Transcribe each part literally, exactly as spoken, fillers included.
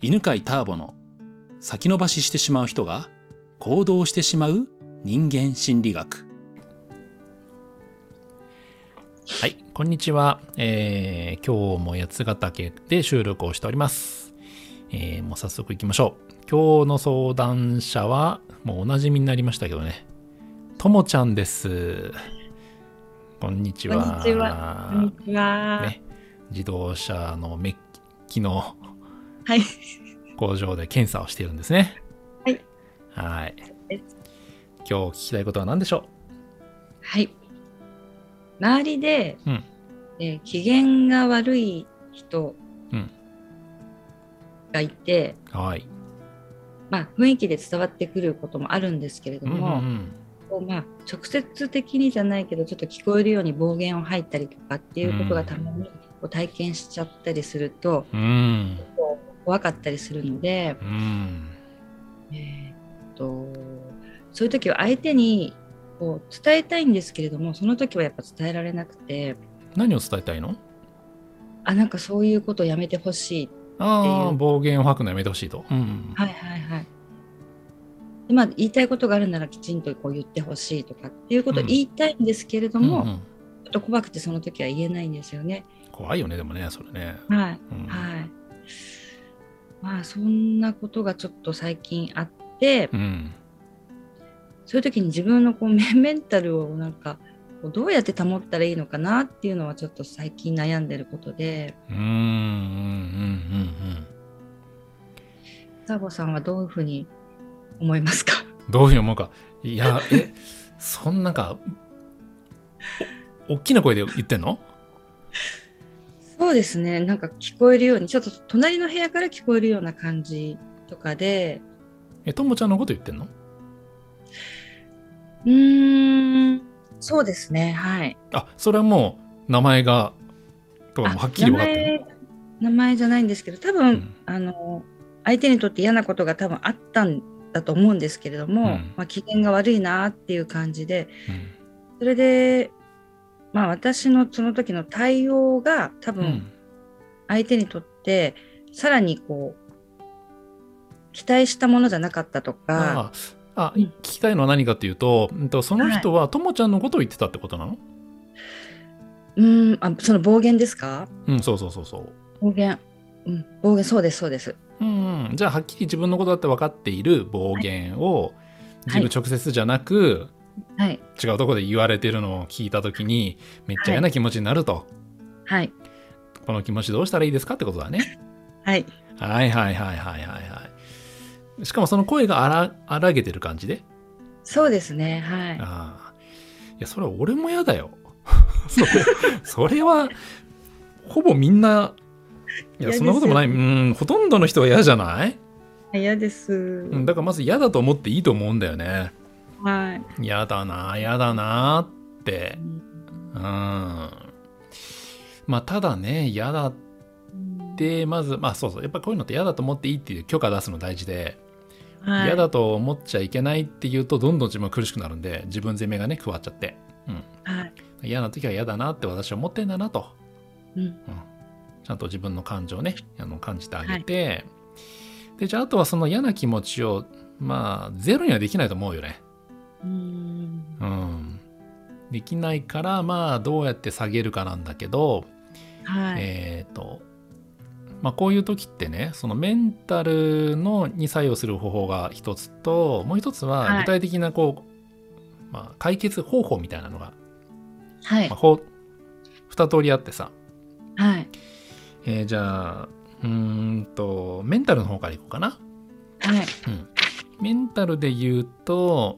犬飼ターボの先延ばししてしまう人が行動してしまう人間心理学。はい、こんにちは。えー、今日も八ヶ岳で収録をしております。えー、もう早速行きましょう。今日の相談者はもうおなじみになりましたけどね、ともちゃんです。こんにちは。 こんにちは。こんにちは。 ね、自動車のメッキのはい。 工場で検査をしているんですね。 はい。 はい。今日聞きたいことは何でしょう？ はい。周りで、 うんえー機嫌が悪い人うんがいて、 はい。 まあ、雰囲気で伝わってくることもあるんですけれどうんうんも、 うんこうまあ、直接的にじゃないけどちょっと聞こえるように暴言を吐いたりとかっていうことがたまにこう体験しちゃったりすると、 うんこう怖かったりするので、 うんえーっとそういう時は相手にこう伝えたいんですけれども、その時はやっぱ伝えられなくて、 何を伝えたいの？ あ、なんかそういうことをやめてほしいっていああ、 う。 暴言を吐くのやめてほしいと。うんはいはいはい。でまあ、言いたいことがあるならきちんとこう言ってほしいとかっていうことを言いたいんですけれども、 うんうん、 ちょっと怖くてその時は言えないんですよね。 怖いよね、でもね、それね。 はい、 うんはい。まあそんなことがちょっと最近あって、 うん、 そういう時に自分のこうメメンタルをなんかこうどうやって保ったらいいのかなっていうのはちょっと最近悩んでることで、 うん、うん、うん、うん。 サボさんはどういうふうに思いますか？ どういうふうに思うか。いや、え、そんなんか、お大きな声で言ってんの？ そうですね、なんか聞こえるように、ちょっと隣の部屋から聞こえるような感じとかで、 え、ともちゃんのこと言ってんの？ うーん、そうですね、はい。 あ、それはもう、名前が、とかもあ、 うはっき名り分かってるの？ 前、名前じゃないんですけど、多分、 うん、 あの、相手にとって嫌なことが多分あったんだと思うんですけれども、 うん、 まあ、機嫌が悪いなっていう感じで、 うん、 それで、まあ、私のその時の対応が多分、 うん。 相手にとってさらにこう、期待したものじゃなかったとか、 ああ、あ、聞うん、 きたいのは何かっていうと、うんとそのはい。 人はともちゃんのことを言ってたってことなの？ うーん、あ、その暴言ですか？ うん、そうそうそうそう。 暴言。うん、暴言、そうです、そうです。 うん、うん、じゃあはっきり自分のことだって分かっている暴はい。 言を自はい。 分直接じゃなくはい。 違うところで言われてるのを聞いた時にめっちゃはい。 嫌な気持ちになると。 はい。 この気持ちどうしたらいいですかってことだね。 はい。 はいはいはいはいはいはい。しかもその声が荒荒げてる感じで。 そうですね。はい。 ああ。いや、それは俺も嫌だよ。それ、それは、ほぼみんな、いや、 嫌そんなこともない。うですよね。 ん、ほとんどの人は嫌じゃない？ 嫌です。 うん、だからまず嫌だと思っていいと思うんだよね。 はい。 嫌だな、嫌だなって。 うん。 うん。まあ、ただね、嫌だっうん。 て、まず、まあそうそう、やっぱこういうのって嫌だと思っていいっていう許可出すの大事で、嫌だはい。 と思っちゃいけないっていうと、どんどん自分は苦しくなるんで、自分責めがね、加わっちゃって。うん。 はい。 嫌な時は嫌だなって私は思ってんだなと。 うん。 うん。ちゃんと自分の感情をね、あの感じてあはい。 げて、で、じゃああとはその嫌な気持ちを、まあ、ゼロにはできないと思うよね。 うーん。 うん。できないから、まあ、どうやって下げるかなんだけど、 はい。 えっと、まあ、こういう時ってね、そのメンタルのに作用する方法が一つと、もう一つは具はい。 体的なこう、まあ、解決方法みたいなのが、まあ、 はい。 ほ二通りあってさ、 はい。 えーじゃあ、うーんと、メンタルの方からいこうかな。 はい。 うん。メンタルで言うと、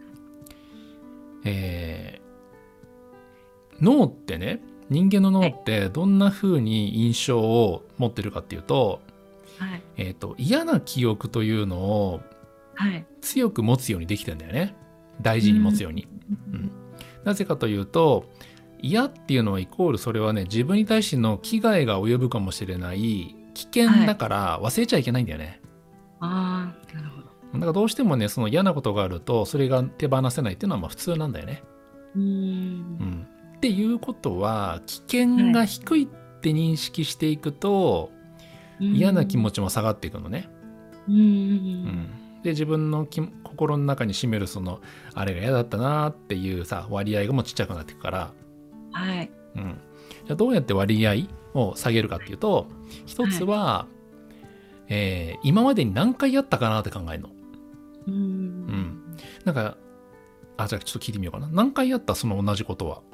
えー脳ってね、人間の脳はい。 ってどんな風に印象を持ってるかっていうと、 はい。 えっと、嫌な記憶というのをはい。 強く持つようにできてんだよね。大事に持うん。 つように。うん。なぜかというと、嫌っていうのはイコールそれはね、自分に対しての危害が及ぶかもしれない危険はい。 だから忘れちゃいけないんだよね。 ああ、なるほど。 だからどうしてもね、その嫌なことがあると、それが手放せないっていうのはまあ普通なんだよね。 うーうん。 ん。っていうことは、危険はい。 が低いって認識していくと、 嫌な気持ちも下がっていくのね。 うんうんうんで自分のき心の中に占めるそのあれが嫌だったなっていうさ割合がもうちっちゃくなっていくから、 はい。 うん、じゃあどうやって割合を下げるかっていうと、一つは、えー今までに何回やったかなって考えるの。 うんうんなんかあじゃあちょっと聞いてみようかな。何回やったその同じことは。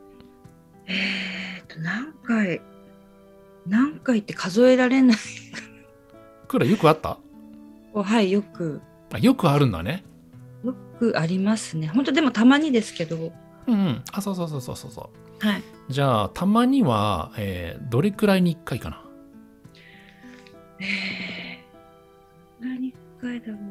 えーと何回何回って数えられない。 くらいよくあった？ はいよくあよくあるんだね。 よくありますね。本当でもたまにですけど。 うんうんあそうそうそうそうそうそう。 はい。 じゃあたまには、えーどれくらいにいっかいかな。 えー、何回だろう。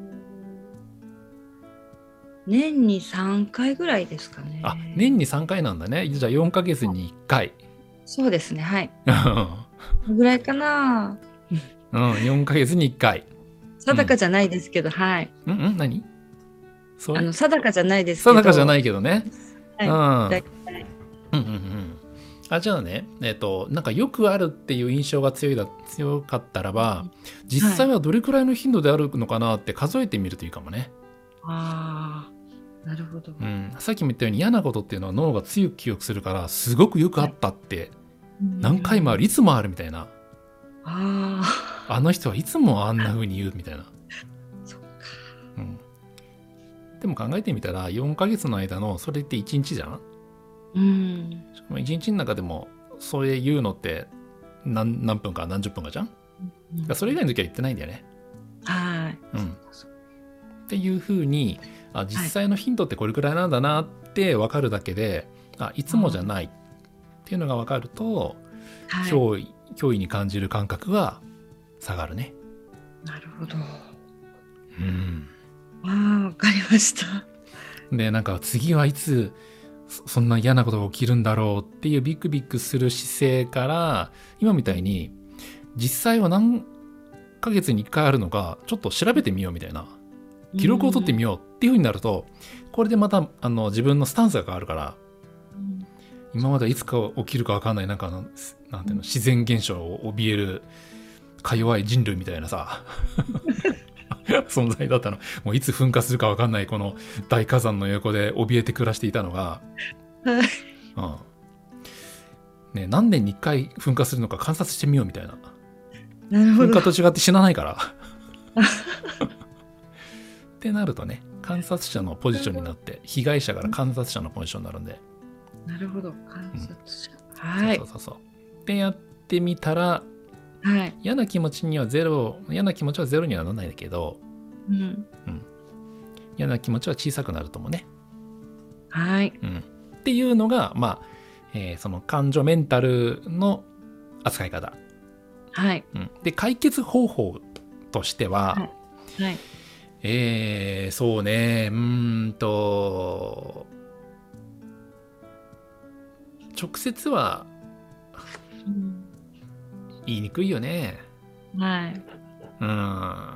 年にさんかいぐらいですかね。 あ年にさんかいなんだね。じゃあよんかげつにいっかい。 そうですね。はい。 うこのぐらいかな。 んよんかげつにいっかい。 定かじゃないですけど、はい。 うんうん何それあの定かじゃないですけど。 定かじゃないけどね。 はい。だいうんうんうんうんあじゃあねえっ、となんかよくあるっていう印象が強いだ強かったらば実際はどれくらいの頻度であるのかなって数えてみるといいかもね。 ああ、なるほど。 うん、さっきも言ったように嫌なことっていうのは脳が強く記憶するからすごくよくあったって何回もあるいつもあるみたいな。 ああ。 あの人はいつもあんな風に言うみたいな。 そっか。 うん、でも考えてみたらよんかげつの間のそれっていちにちじゃん。 うん。 しかもいちにちの中でもそれ言うのって何、何分か何十分かじゃん。だからそれ以外の時は言ってないんだよね。 はい。 うん、っていう風にあ実際の頻度ってこれくらいなんだなって分かるだけで、あいつもじゃないっていうのが分かると、 はい、 脅威脅威に感じる感覚が下がるね。 なるほど。 うん。 ああ、わかりました。 でなんか次はいつそそんな嫌なことが起きるんだろうっていうビクビクする姿勢から今みたいに実際は何ヶ月にいっかいあるのかちょっと調べてみようみたいな記録を取ってみようっていう風になるとこれでまたあの自分のスタンスが変わるから今までいつか起きるか分かんないなんかなんていうの自然現象を怯えるか弱い人類みたいなさ存在だったの。もういつ噴火するか分かんないこの大火山の横で怯えて暮らしていたのが、 はい、 うんね、何年にいっかい噴火するのか観察してみようみたいな。 なるほど。 噴火と違って死なないからってなるとね観察者のポジションになって被害者から観察者のポジションになるんで。 なるほど観察者、うん、はいそうそうそうそうでやってみたら、 はい、 嫌な気持ちにはゼロ嫌な気持ちはゼロにはならないんだけど、 うんうん、嫌な気持ちは小さくなると思うね。 はい、 うん、っていうのがまあ、えー、その感情メンタルの扱い方。 はい、 うん、で解決方法としては、 はいはい、 えー、そうねうーんと直接は言いにくいよね。 はい。 うん。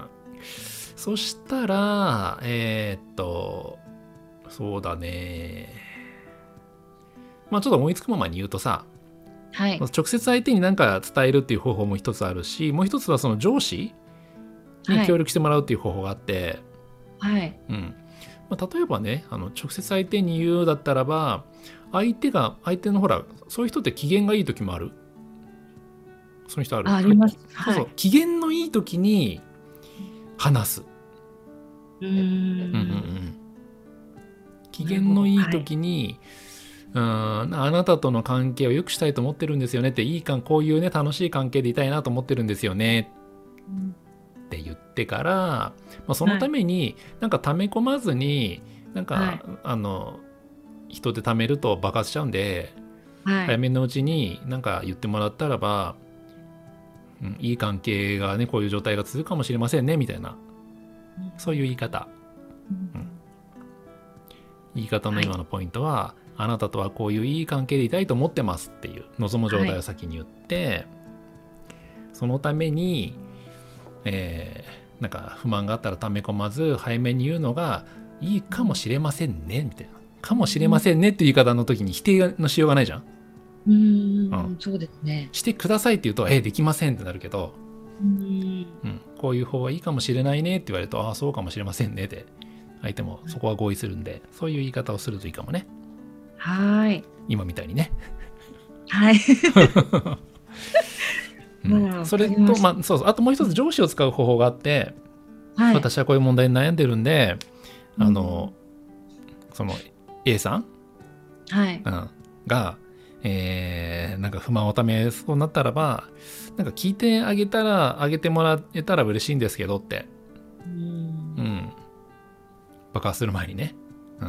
そしたらえー、っとそうだね。まあちょっと思いつくままに言うとさ、 はい、 直接相手に何か伝えるっていう方法も一つあるし、もう一つはその上司に協力してもらうっていう方法があって、 はい、 うんまあ、例えばねあの直接相手に言うだったらば相手が相手のほらそういう人って機嫌がいい時もある。その人ある。 あ、あります。 そうそう、はい、機嫌のいい時に話す。 うーんうんうんうん機嫌のいい時に、はい、うんあなたとの関係を良くしたいと思ってるんですよねっていいかこういうね楽しい関係でいたいなと思ってるんですよねって言ってから、まあ、そのためになんか溜め込まずになんか、はい、あの人で貯めると爆発しちゃうんで、はい、早めのうちになんか言ってもらったらば、うん、いい関係がねこういう状態が続くかもしれませんねみたいな、うん、そういう言い方、うん、言い方の今のポイントは、はい、あなたとはこういういい関係でいたいと思ってますっていう望む状態を先に言って、はい、そのために、えー、なんか不満があったら溜め込まず早めに言うのがいいかもしれませんねみたいな。かもしれませんねっていう言い方の時に否定のしようがないじゃん。 うーん、うん、そうですね。 してくださいって言うとえできませんってなるけど、 うんうん、こういう方がいいかもしれないねって言われると、ああ、そうかもしれませんねって相手もそこは合意するんで、そういう言い方をするといいかもね。 はい。 今みたいにね。 はい。 うんうんそれと、 わかりましたまあ、そうそう、あともう一つ上司を使う方法があって、 はい。 私はこういう問題に悩んでるんで、あの、その A さん、 はい。 うん、が、えーなんか不満をためそうになったらば、なんか聞いてあげたら、あげてもらえたら嬉しいんですけどって、 うんうん。爆発する前にね。うん。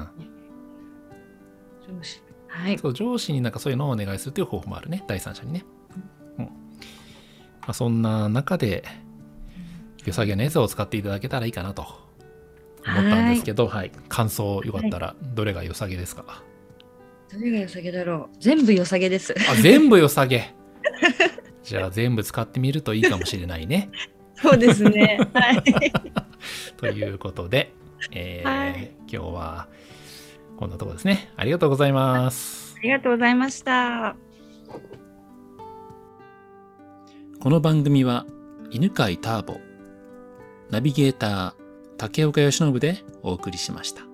上司はい。 そう、上司になんかそういうのをお願いするという方法もあるね。第三者にね。うん。まあ、そんな中で、良さげなやつを使っていただけたらいいかなと思ったんですけど、はい。感想よかったら、どれが良さげですか？ どれが良さげだろう。全部良さげです。 あ、全部良さげ。じゃあ全部使ってみるといいかもしれないね。 そうですね。はい。 ということで、えーはい今日はこんなところですね。ありがとうございます。 ありがとうございました。 この番組は犬飼ターボ、ナビゲーター竹岡由伸でお送りしました。